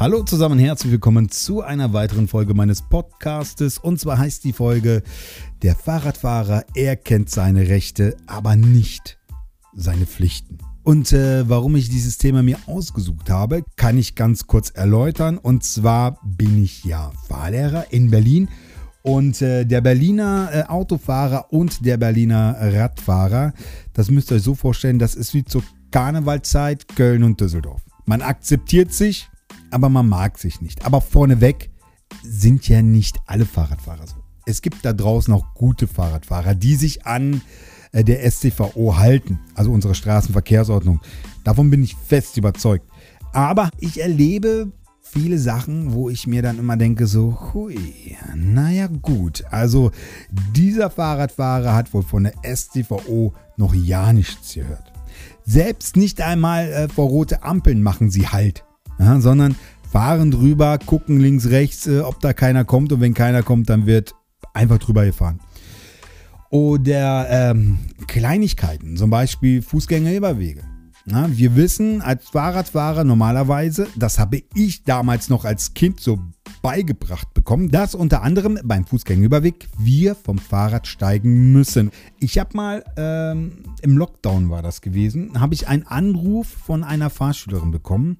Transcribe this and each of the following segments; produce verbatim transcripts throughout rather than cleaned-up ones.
Hallo zusammen, herzlich willkommen zu einer weiteren Folge meines Podcastes. Und zwar heißt die Folge: Der Fahrradfahrer, er kennt seine Rechte, aber nicht seine Pflichten. Und äh, warum ich dieses Thema mir ausgesucht habe, kann ich ganz kurz erläutern. Und zwar bin ich ja Fahrlehrer in Berlin. Und äh, der Berliner äh, Autofahrer und der Berliner Radfahrer, das müsst ihr euch so vorstellen, das ist wie zur Karnevalzeit Köln und Düsseldorf. Man akzeptiert sich, aber man mag sich nicht. Aber vorneweg sind ja nicht alle Fahrradfahrer so. Es gibt da draußen auch gute Fahrradfahrer, die sich an äh, der S T V O halten, also unsere Straßenverkehrsordnung. Davon bin ich fest überzeugt. Aber ich erlebe viele Sachen, wo ich mir dann immer denke, so, hui, naja gut. Also dieser Fahrradfahrer hat wohl von der S T V O noch ja nichts gehört. Selbst nicht einmal äh, vor rote Ampeln machen sie Halt. Ja, sondern fahren drüber, gucken links, rechts, äh, ob da keiner kommt, und wenn keiner kommt, dann wird einfach drüber gefahren. Oder ähm, Kleinigkeiten, zum Beispiel Fußgängerüberwege. Ja, wir wissen als Fahrradfahrer normalerweise, das habe ich damals noch als Kind so beigebracht bekommen, dass unter anderem beim Fußgängerüberweg wir vom Fahrrad steigen müssen. Ich habe mal, ähm, im Lockdown war das gewesen, habe ich einen Anruf von einer Fahrschülerin bekommen,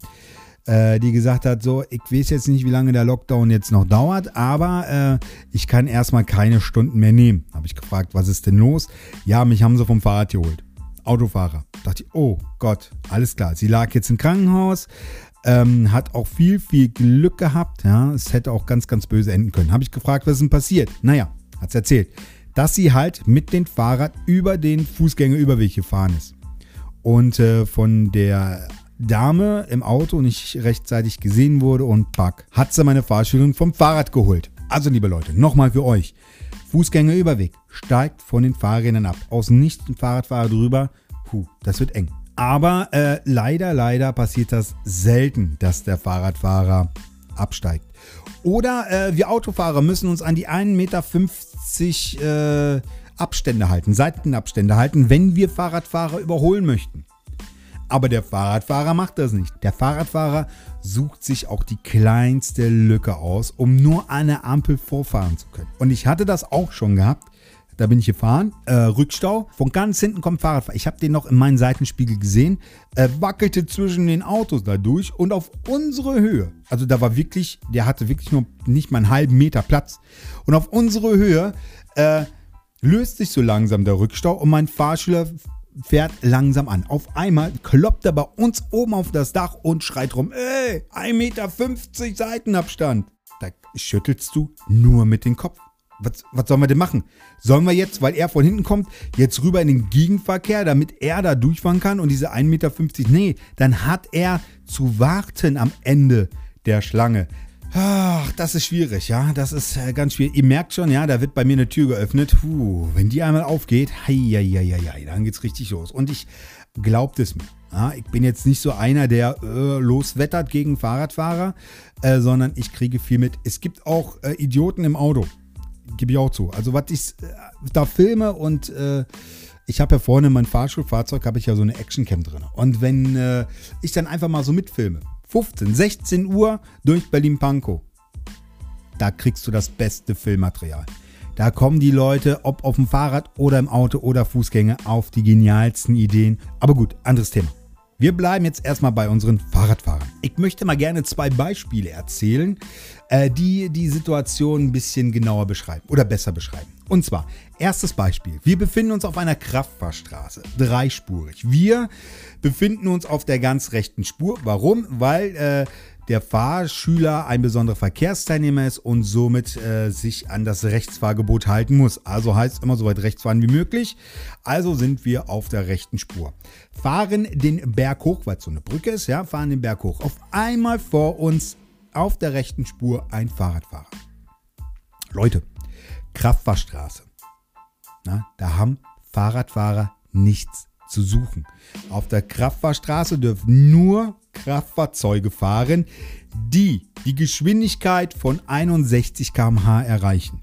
die gesagt hat, so, ich weiß jetzt nicht, wie lange der Lockdown jetzt noch dauert, aber äh, ich kann erstmal keine Stunden mehr nehmen. Habe ich gefragt, was ist denn los? Ja, mich haben sie vom Fahrrad geholt. Autofahrer. Dachte ich, oh Gott, alles klar. Sie lag jetzt im Krankenhaus, ähm, hat auch viel, viel Glück gehabt. Ja, es hätte auch ganz, ganz böse enden können. Habe ich gefragt, was ist denn passiert? Naja, hat es erzählt, dass sie halt mit dem Fahrrad über den Fußgängerüberweg gefahren ist. Und äh, von der Dame im Auto nicht rechtzeitig gesehen wurde und pack, hat sie meine Fahrschülerin vom Fahrrad geholt. Also liebe Leute, nochmal für euch. Fußgängerüberweg, steigt von den Fahrrädern ab. Außen nicht ein Fahrradfahrer drüber, puh, das wird eng. Aber äh, leider, leider passiert das selten, dass der Fahrradfahrer absteigt. Oder äh, wir Autofahrer müssen uns an die ein Meter fünfzig äh, Abstände halten, Seitenabstände halten, wenn wir Fahrradfahrer überholen möchten. Aber der Fahrradfahrer macht das nicht. Der Fahrradfahrer sucht sich auch die kleinste Lücke aus, um nur an der Ampel vorfahren zu können. Und ich hatte das auch schon gehabt. Da bin ich gefahren, äh, Rückstau, von ganz hinten kommt Fahrradfahrer. Ich habe den noch in meinem Seitenspiegel gesehen, äh, wackelte zwischen den Autos da durch und auf unsere Höhe. Also da war wirklich, der hatte wirklich nur nicht mal einen halben Meter Platz. Und auf unsere Höhe äh, löst sich so langsam der Rückstau und mein Fahrschüler fährt langsam an. Auf einmal kloppt er bei uns oben auf das Dach und schreit rum, ey, ein Meter fünfzig Seitenabstand. Da schüttelst du nur mit dem Kopf. Was, was sollen wir denn machen? Sollen wir jetzt, weil er von hinten kommt, jetzt rüber in den Gegenverkehr, damit er da durchfahren kann und diese ein Meter fünfzig? Nee, dann hat er zu warten am Ende der Schlange. Ach, das ist schwierig, ja, das ist äh, ganz schwierig. Ihr merkt schon, ja, da wird bei mir eine Tür geöffnet. Puh, wenn die einmal aufgeht, hei, hei, hei, hei, dann geht's richtig los. Und ich glaubt es mir, ja, ich bin jetzt nicht so einer, der äh, loswettert gegen Fahrradfahrer, äh, sondern ich kriege viel mit. Es gibt auch äh, Idioten im Auto, gebe ich auch zu. Also was ich äh, da filme und äh, ich habe ja vorne in meinem Fahrschulfahrzeug, habe ich ja so eine Actioncam drin. Und wenn äh, ich dann einfach mal so mitfilme, fünfzehn, sechzehn Uhr durch Berlin-Pankow. Da kriegst du das beste Filmmaterial. Da kommen die Leute, ob auf dem Fahrrad oder im Auto oder Fußgänger, auf die genialsten Ideen. Aber gut, anderes Thema. Wir bleiben jetzt erstmal bei unseren Fahrradfahrern. Ich möchte mal gerne zwei Beispiele erzählen, äh, die die Situation ein bisschen genauer beschreiben oder besser beschreiben. Und zwar, erstes Beispiel. Wir befinden uns auf einer Kraftfahrstraße, dreispurig. Wir befinden uns auf der ganz rechten Spur. Warum? Weil äh, der Fahrschüler ein besonderer Verkehrsteilnehmer ist und somit äh, sich an das Rechtsfahrgebot halten muss. Also heißt immer so weit rechts fahren wie möglich. Also sind wir auf der rechten Spur. Fahren den Berg hoch, weil es so eine Brücke ist, ja, fahren den Berg hoch. Auf einmal vor uns auf der rechten Spur ein Fahrradfahrer. Leute, Kraftfahrstraße. Na, da haben Fahrradfahrer nichts zu suchen. Auf der Kraftfahrstraße dürfen nur Kraftfahrzeuge fahren, die die Geschwindigkeit von einundsechzig Kilometer pro Stunde erreichen.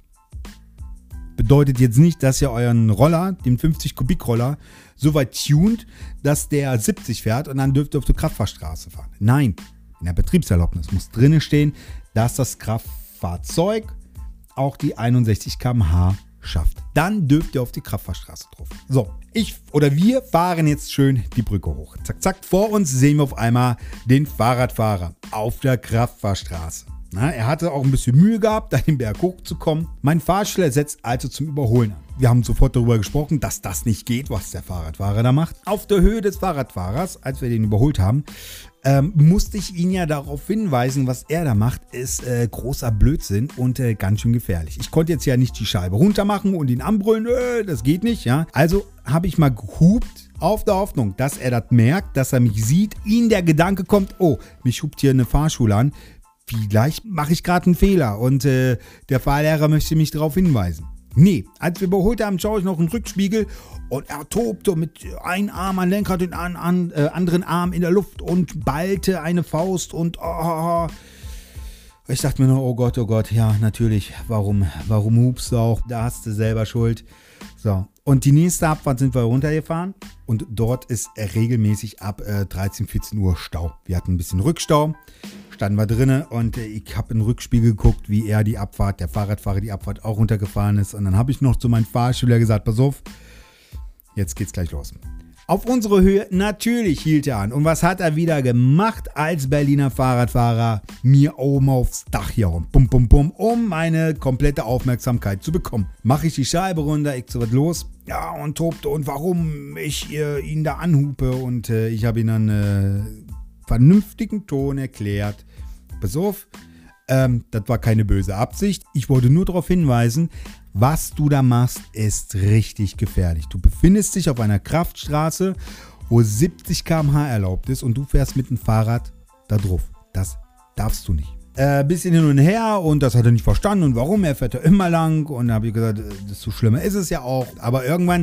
Bedeutet jetzt nicht, dass ihr euren Roller, den fünfzig Kubik Roller, so weit tunt, dass der siebzig fährt und dann dürft ihr auf der Kraftfahrstraße fahren. Nein, in der Betriebserlaubnis muss drinnen stehen, dass das Kraftfahrzeug auch die einundsechzig Kilometer pro Stunde schafft. Dann dürft ihr auf die Kraftfahrstraße drauf. So, ich oder wir fahren jetzt schön die Brücke hoch. Zack, zack, vor uns sehen wir auf einmal den Fahrradfahrer auf der Kraftfahrstraße. Na, er hatte auch ein bisschen Mühe gehabt, da den Berg hochzukommen. Mein Fahrschüler setzt also zum Überholen an. Wir haben sofort darüber gesprochen, dass das nicht geht, was der Fahrradfahrer da macht. Auf der Höhe des Fahrradfahrers, als wir den überholt haben, ähm, musste ich ihn ja darauf hinweisen, was er da macht, ist äh, großer Blödsinn und äh, ganz schön gefährlich. Ich konnte jetzt ja nicht die Scheibe runter machen und ihn anbrüllen, äh, das geht nicht, ja. Also habe ich mal gehupt, auf der Hoffnung, dass er das merkt, dass er mich sieht, ihm der Gedanke kommt, oh, mich hupt hier eine Fahrschule an, vielleicht mache ich gerade einen Fehler und äh, der Fahrlehrer möchte mich darauf hinweisen. Nee, als wir überholt haben, schaue ich noch in den Rückspiegel und er tobte mit einem Arm am Lenkrad, den an, an, äh, anderen Arm in der Luft und ballte eine Faust und oh, ich dachte mir nur, oh Gott, oh Gott, ja, natürlich, warum, warum hupst du auch? Da hast du selber Schuld. So, und die nächste Abfahrt sind wir runtergefahren und dort ist regelmäßig ab äh, dreizehn, vierzehn Uhr Stau. Wir hatten ein bisschen Rückstau. Standen wir drinnen und ich habe in den Rückspiegel geguckt, wie er die Abfahrt, der Fahrradfahrer die Abfahrt auch runtergefahren ist. Und dann habe ich noch zu meinem Fahrschüler gesagt, pass auf, jetzt geht's gleich los. Auf unsere Höhe, natürlich hielt er an. Und was hat er wieder gemacht als Berliner Fahrradfahrer? Mir oben aufs Dach hier rum, bum, bum, bum, um meine komplette Aufmerksamkeit zu bekommen. Mache ich die Scheibe runter, ich so, was los? Ja, und tobte und warum ich äh, ihn da anhupe. Und äh, ich habe ihn dann äh, vernünftigen Ton erklärt. Pass auf, ähm, das war keine böse Absicht. Ich wollte nur darauf hinweisen, was du da machst, ist richtig gefährlich. Du befindest dich auf einer Kraftstraße, wo siebzig Kilometer pro Stunde erlaubt ist und du fährst mit dem Fahrrad da drauf. Das darfst du nicht. Äh, bisschen hin und her und das hat er nicht verstanden und warum, er fährt ja immer lang und da habe ich gesagt, desto schlimmer ist es ja auch. Aber irgendwann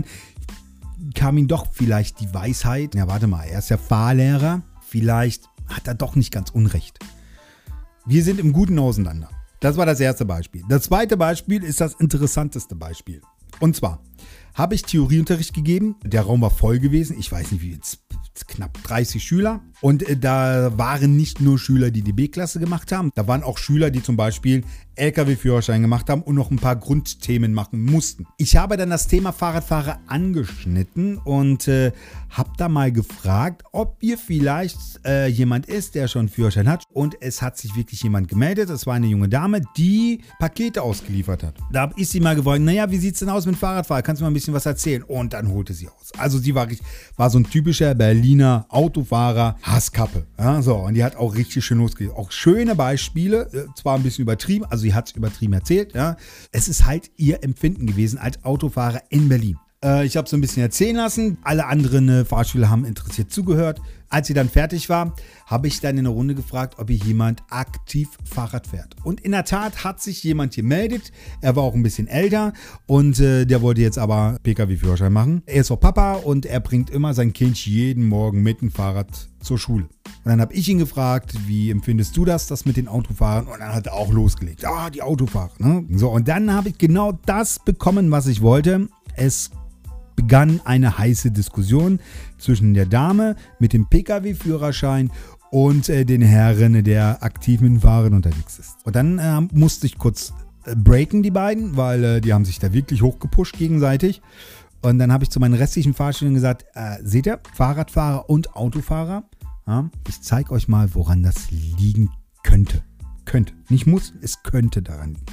kam ihm doch vielleicht die Weisheit, ja warte mal, er ist ja Fahrlehrer, vielleicht hat er doch nicht ganz unrecht. Wir sind im Guten auseinander. Das war das erste Beispiel. Das zweite Beispiel ist das interessanteste Beispiel. Und zwar habe ich Theorieunterricht gegeben. Der Raum war voll gewesen. Ich weiß nicht, wie jetzt knapp dreißig Schüler. Und äh, da waren nicht nur Schüler, die die B-Klasse gemacht haben. Da waren auch Schüler, die zum Beispiel L K W-Führerschein gemacht haben und noch ein paar Grundthemen machen mussten. Ich habe dann das Thema Fahrradfahrer angeschnitten und äh, habe da mal gefragt, ob hier vielleicht äh, jemand ist, der schon einen Führerschein hat. Und es hat sich wirklich jemand gemeldet. Es war eine junge Dame, die Pakete ausgeliefert hat. Da habe ich sie mal gefragt, naja, wie sieht es denn aus mit Fahrradfahrer? Kannst du mal ein bisschen was erzählen? Und dann holte sie aus. Also sie war, war so ein typischer Berliner Autofahrer, Hasskappe. Ja, so, und die hat auch richtig schön losgelegt. Auch schöne Beispiele, äh, zwar ein bisschen übertrieben, also sie hat es übertrieben erzählt. Ja. Es ist halt ihr Empfinden gewesen als Autofahrer in Berlin. Äh, ich habe so ein bisschen erzählen lassen. Alle anderen äh, Fahrschüler haben interessiert zugehört. Als sie dann fertig war, habe ich dann in der Runde gefragt, ob hier jemand aktiv Fahrrad fährt. Und in der Tat hat sich jemand gemeldet. Er war auch ein bisschen älter und äh, der wollte jetzt aber P K W-Führerschein machen. Er ist auch Papa und er bringt immer sein Kind jeden Morgen mit dem Fahrrad zur Schule. Und dann habe ich ihn gefragt, wie empfindest du das, das mit den Autofahrern? Und dann hat er auch losgelegt. Ah, die Autofahrer. Ne? So, und dann habe ich genau das bekommen, was ich wollte. Es begann eine heiße Diskussion zwischen der Dame mit dem P K W-Führerschein und äh, den Herren, der aktiv mit dem Fahrrad unterwegs ist. Und dann äh, musste ich kurz äh, breaken, die beiden, weil äh, die haben sich da wirklich hochgepusht gegenseitig. Und dann habe ich zu meinen restlichen Fahrschülern gesagt, äh, seht ihr, Fahrradfahrer und Autofahrer, ja, ich zeige euch mal, woran das liegen könnte. Könnte. Nicht muss, es könnte daran liegen.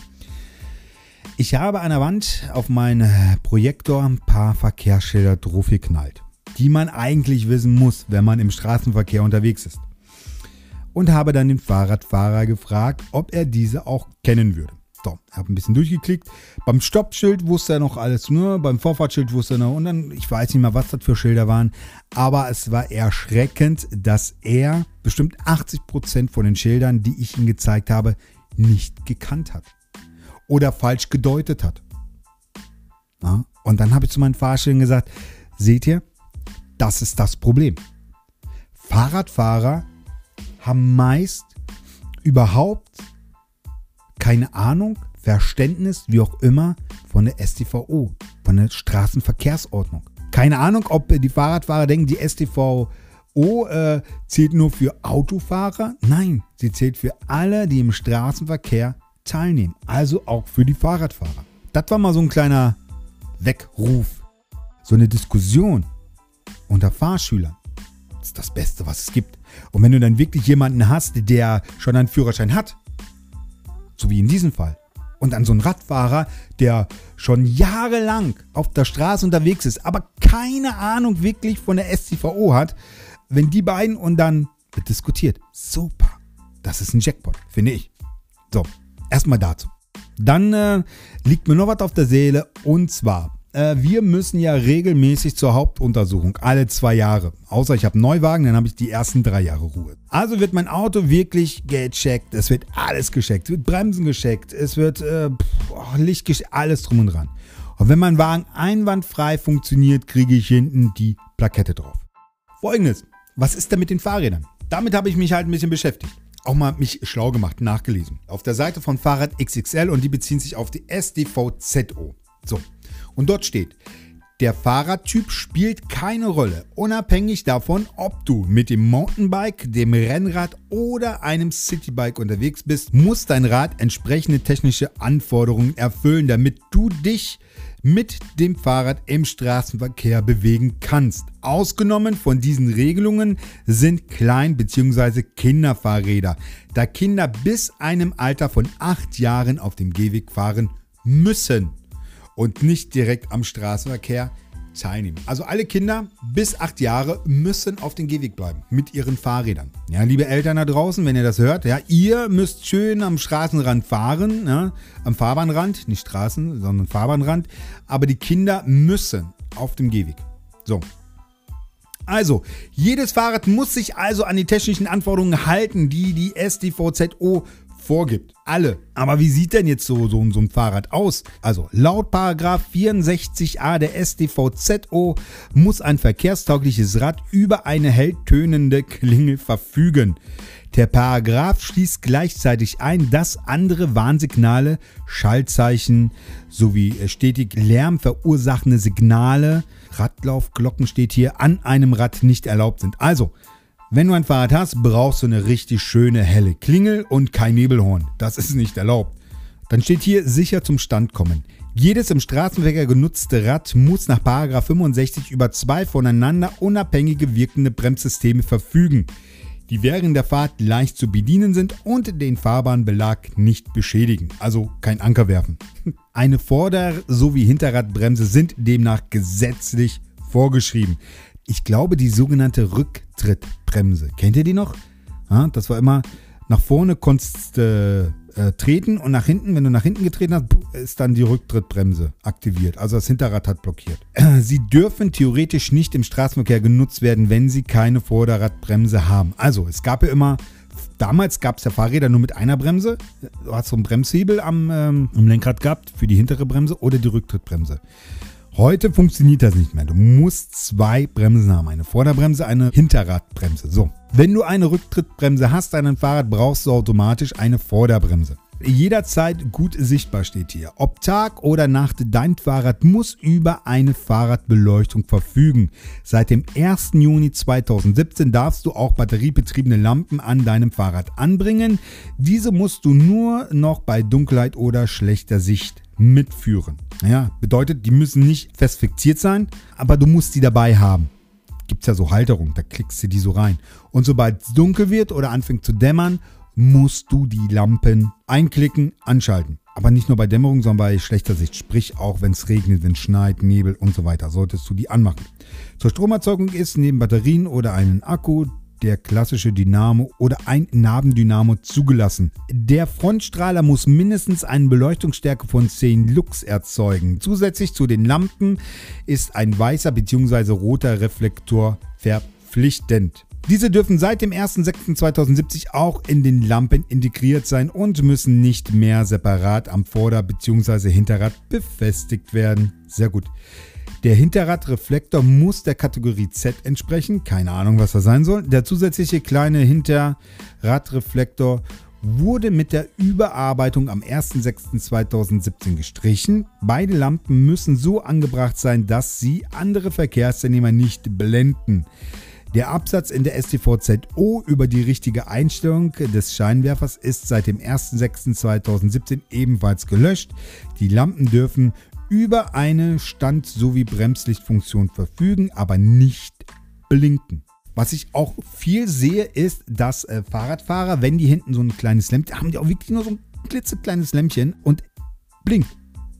Ich habe an der Wand auf meinen Projektor ein paar Verkehrsschilder draufgeknallt, die man eigentlich wissen muss, wenn man im Straßenverkehr unterwegs ist. Und habe dann den Fahrradfahrer gefragt, ob er diese auch kennen würde. So, habe ein bisschen durchgeklickt. Beim Stoppschild wusste er noch alles, nur beim Vorfahrtsschild wusste er noch. Und dann, ich weiß nicht mehr, was das für Schilder waren, aber es war erschreckend, dass er bestimmt achtzig Prozent von den Schildern, die ich ihm gezeigt habe, nicht gekannt hat. Oder falsch gedeutet hat. Ja, und dann habe ich zu meinen Fahrschülern gesagt, seht ihr, das ist das Problem. Fahrradfahrer haben meist überhaupt keine Ahnung, Verständnis, wie auch immer, von der S T V O, von der Straßenverkehrsordnung. Keine Ahnung, ob die Fahrradfahrer denken, die S T V O äh, zählt nur für Autofahrer? Nein, sie zählt für alle, die im Straßenverkehr teilnehmen. Also auch für die Fahrradfahrer. Das war mal so ein kleiner Weckruf. So eine Diskussion unter Fahrschülern. Das ist das Beste, was es gibt. Und wenn du dann wirklich jemanden hast, der schon einen Führerschein hat, so wie in diesem Fall, und dann so ein Radfahrer, der schon jahrelang auf der Straße unterwegs ist, aber keine Ahnung wirklich von der S T V O hat, wenn die beiden und dann wird diskutiert. Super. Das ist ein Jackpot, finde ich. So, erstmal dazu. Dann äh, liegt mir noch was auf der Seele und zwar, äh, wir müssen ja regelmäßig zur Hauptuntersuchung, alle zwei Jahre. Außer ich habe einen Neuwagen, dann habe ich die ersten drei Jahre Ruhe. Also wird mein Auto wirklich gecheckt, es wird alles gecheckt, es wird Bremsen gecheckt, es wird äh, pff, Licht gecheckt, alles drum und dran. Und wenn mein Wagen einwandfrei funktioniert, kriege ich hinten die Plakette drauf. Folgendes, was ist denn mit den Fahrrädern? Damit habe ich mich halt ein bisschen beschäftigt. Auch mal mich schlau gemacht, nachgelesen. Auf der Seite von Fahrrad X X L und die beziehen sich auf die S T V Z O. So, und dort steht, der Fahrradtyp spielt keine Rolle, unabhängig davon, ob du mit dem Mountainbike, dem Rennrad oder einem Citybike unterwegs bist, muss dein Rad entsprechende technische Anforderungen erfüllen, damit du dich mit dem Fahrrad im Straßenverkehr bewegen kannst. Ausgenommen von diesen Regelungen sind Klein- bzw. Kinderfahrräder, da Kinder bis einem Alter von acht Jahren auf dem Gehweg fahren müssen und nicht direkt am Straßenverkehr teilnehmen. Also alle Kinder bis acht Jahre müssen auf dem Gehweg bleiben mit ihren Fahrrädern. Ja, liebe Eltern da draußen, wenn ihr das hört, ja, ihr müsst schön am Straßenrand fahren, ja, am Fahrbahnrand, nicht Straßen, sondern Fahrbahnrand, aber die Kinder müssen auf dem Gehweg. So. Also, jedes Fahrrad muss sich also an die technischen Anforderungen halten, die die S T V Z O vorgibt. Alle. Aber wie sieht denn jetzt so, so, so ein Fahrrad aus? Also laut Paragraph vierundsechzig a der S T V Z O muss ein verkehrstaugliches Rad über eine hell tönende Klingel verfügen. Der Paragraph schließt gleichzeitig ein, dass andere Warnsignale, Schaltzeichen sowie stetig Lärm verursachende Signale, Radlaufglocken steht hier, an einem Rad nicht erlaubt sind. Also, wenn du ein Fahrrad hast, brauchst du eine richtig schöne helle Klingel und kein Nebelhorn. Das ist nicht erlaubt. Dann steht hier sicher zum Stand kommen. Jedes im Straßenverkehr genutzte Rad muss nach Paragraph fünfundsechzig über zwei voneinander unabhängige wirkende Bremssysteme verfügen, die während der Fahrt leicht zu bedienen sind und den Fahrbahnbelag nicht beschädigen. Also kein Anker werfen. Eine Vorder- sowie Hinterradbremse sind demnach gesetzlich vorgeschrieben. Ich glaube, die sogenannte Rücktrittbremse. Kennt ihr die noch? Ja, das war immer, nach vorne konntest du äh, treten und nach hinten, wenn du nach hinten getreten hast, ist dann die Rücktrittbremse aktiviert. Also das Hinterrad hat blockiert. Sie dürfen theoretisch nicht im Straßenverkehr genutzt werden, wenn sie keine Vorderradbremse haben. Also es gab ja immer, damals gab es ja Fahrräder nur mit einer Bremse. Du hast so einen Bremshebel am, ähm, am Lenkrad gehabt für die hintere Bremse oder die Rücktrittbremse. Heute funktioniert das nicht mehr. Du musst zwei Bremsen haben. Eine Vorderbremse, eine Hinterradbremse. So. Wenn du eine Rücktrittbremse hast an deinem Fahrrad, brauchst du automatisch eine Vorderbremse. Jederzeit gut sichtbar steht hier. Ob Tag oder Nacht, dein Fahrrad muss über eine Fahrradbeleuchtung verfügen. Seit dem ersten Juni zweitausendsiebzehn darfst du auch batteriebetriebene Lampen an deinem Fahrrad anbringen. Diese musst du nur noch bei Dunkelheit oder schlechter Sicht mitführen. Ja, bedeutet, die müssen nicht fest fixiert sein, aber du musst die dabei haben. Gibt es ja so Halterung, da klickst du die so rein. Und sobald es dunkel wird oder anfängt zu dämmern, musst du die Lampen einklicken, anschalten. Aber nicht nur bei Dämmerung, sondern bei schlechter Sicht. Sprich auch, wenn es regnet, wenn es schneit, Nebel und so weiter, solltest du die anmachen. Zur Stromerzeugung ist neben Batterien oder einen Akku der klassische Dynamo oder ein Nabendynamo zugelassen. Der Frontstrahler muss mindestens eine Beleuchtungsstärke von zehn Lux erzeugen. Zusätzlich zu den Lampen ist ein weißer bzw. roter Reflektor verpflichtend. Diese dürfen seit dem ersten sechsten zweitausendsiebzig auch in den Lampen integriert sein und müssen nicht mehr separat am Vorder- bzw. Hinterrad befestigt werden. Sehr gut. Der Hinterradreflektor muss der Kategorie Z entsprechen. Keine Ahnung, was das sein soll. Der zusätzliche kleine Hinterradreflektor wurde mit der Überarbeitung am ersten sechsten zweitausendsiebzehn gestrichen. Beide Lampen müssen so angebracht sein, dass sie andere Verkehrsteilnehmer nicht blenden. Der Absatz in der S T V Z O über die richtige Einstellung des Scheinwerfers ist seit dem ersten sechsten zweitausendsiebzehn ebenfalls gelöscht. Die Lampen dürfen über eine Stand- sowie Bremslichtfunktion verfügen, aber nicht blinken. Was ich auch viel sehe, ist, dass äh, Fahrradfahrer, wenn die hinten so ein kleines Lämpchen haben, die auch wirklich nur so ein klitzekleines Lämpchen und blinkt.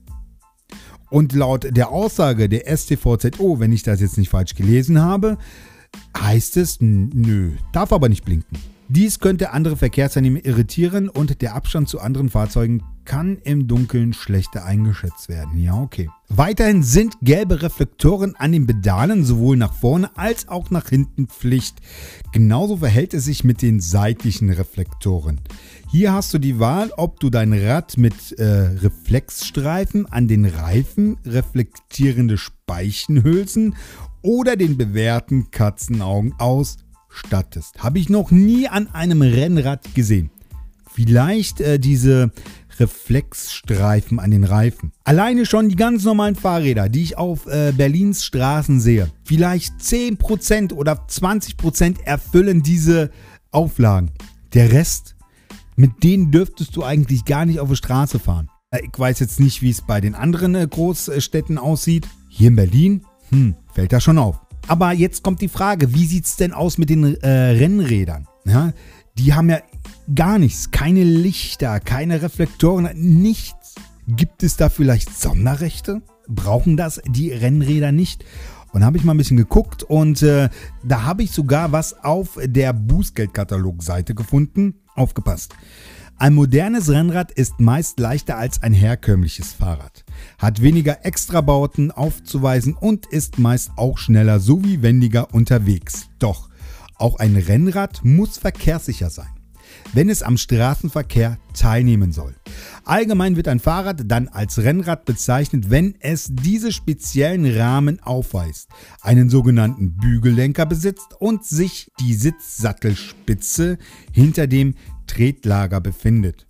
Und laut der Aussage der S T V Z O, wenn ich das jetzt nicht falsch gelesen habe, heißt es, nö, darf aber nicht blinken. Dies könnte andere Verkehrsteilnehmer irritieren und der Abstand zu anderen Fahrzeugen kann im Dunkeln schlechter eingeschätzt werden. Ja, okay. Weiterhin sind gelbe Reflektoren an den Pedalen sowohl nach vorne als auch nach hinten Pflicht. Genauso verhält es sich mit den seitlichen Reflektoren. Hier hast du die Wahl, ob du dein Rad mit äh, Reflexstreifen an den Reifen, reflektierende Speichenhülsen oder den bewährten Katzenaugen ausstattest. Habe ich noch nie an einem Rennrad gesehen. Vielleicht äh, diese Reflexstreifen an den Reifen. Alleine schon die ganz normalen Fahrräder, die ich auf äh, Berlins Straßen sehe. Vielleicht zehn Prozent oder zwanzig Prozent erfüllen diese Auflagen. Der Rest, mit denen dürftest du eigentlich gar nicht auf der Straße fahren. Äh, ich weiß jetzt nicht, wie es bei den anderen äh, Großstädten aussieht. Hier in Berlin, hm, fällt das schon auf. Aber jetzt kommt die Frage, wie sieht es denn aus mit den äh, Rennrädern? Ja, die haben ja gar nichts, keine Lichter, keine Reflektoren, nichts. Gibt es da vielleicht Sonderrechte? Brauchen das die Rennräder nicht? Und da habe ich mal ein bisschen geguckt und äh, da habe ich sogar was auf der Bußgeldkatalog-Seite gefunden. Aufgepasst. Ein modernes Rennrad ist meist leichter als ein herkömmliches Fahrrad, hat weniger Extrabauten aufzuweisen und ist meist auch schneller sowie wendiger unterwegs. Doch auch ein Rennrad muss verkehrssicher sein, wenn es am Straßenverkehr teilnehmen soll. Allgemein wird ein Fahrrad dann als Rennrad bezeichnet, wenn es diese speziellen Rahmen aufweist, einen sogenannten Bügellenker besitzt und sich die Sitzsattelspitze hinter dem Tretlager befindet.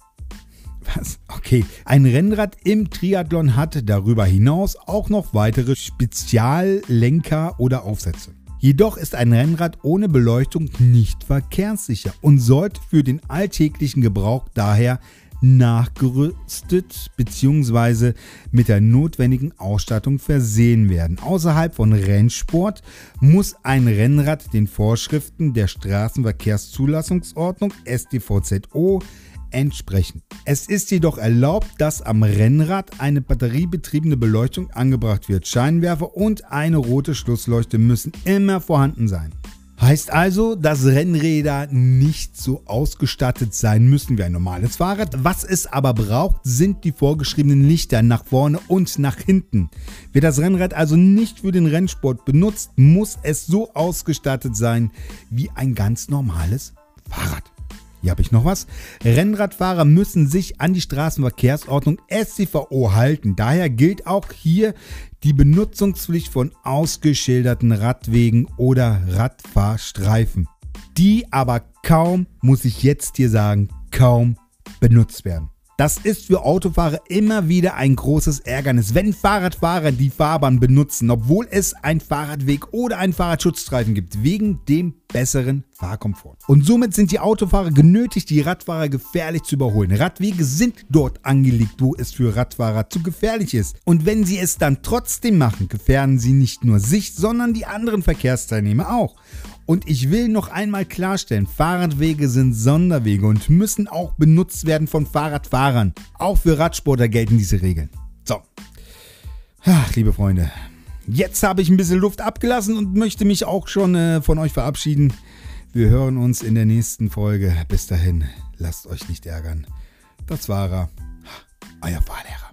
Was? Okay. Ein Rennrad im Triathlon hat darüber hinaus auch noch weitere Speziallenker oder Aufsätze. Jedoch ist ein Rennrad ohne Beleuchtung nicht verkehrssicher und sollte für den alltäglichen Gebrauch daher nachgerüstet bzw. mit der notwendigen Ausstattung versehen werden. Außerhalb von Rennsport muss ein Rennrad den Vorschriften der Straßenverkehrszulassungsordnung S T V Z O entsprechen. Es ist jedoch erlaubt, dass am Rennrad eine batteriebetriebene Beleuchtung angebracht wird. Scheinwerfer und eine rote Schlussleuchte müssen immer vorhanden sein. Heißt also, dass Rennräder nicht so ausgestattet sein müssen wie ein normales Fahrrad. Was es aber braucht, sind die vorgeschriebenen Lichter nach vorne und nach hinten. Wird das Rennrad also nicht für den Rennsport benutzt, muss es so ausgestattet sein wie ein ganz normales Fahrrad. Hier habe ich noch was. Rennradfahrer müssen sich an die Straßenverkehrsordnung S T V O halten. Daher gilt auch hier die Benutzungspflicht von ausgeschilderten Radwegen oder Radfahrstreifen, die aber kaum, muss ich jetzt hier sagen, kaum benutzt werden. Das ist für Autofahrer immer wieder ein großes Ärgernis, wenn Fahrradfahrer die Fahrbahn benutzen, obwohl es einen Fahrradweg oder einen Fahrradschutzstreifen gibt, wegen dem besseren Fahrkomfort. Und somit sind die Autofahrer genötigt, die Radfahrer gefährlich zu überholen. Radwege sind dort angelegt, wo es für Radfahrer zu gefährlich ist. Und wenn sie es dann trotzdem machen, gefährden sie nicht nur sich, sondern die anderen Verkehrsteilnehmer auch. Und ich will noch einmal klarstellen, Fahrradwege sind Sonderwege und müssen auch benutzt werden von Fahrradfahrern. Auch für Radsportler gelten diese Regeln. So, ach, liebe Freunde, jetzt habe ich ein bisschen Luft abgelassen und möchte mich auch schon äh, von euch verabschieden. Wir hören uns in der nächsten Folge. Bis dahin, lasst euch nicht ärgern. Das war er, euer Fahrlehrer.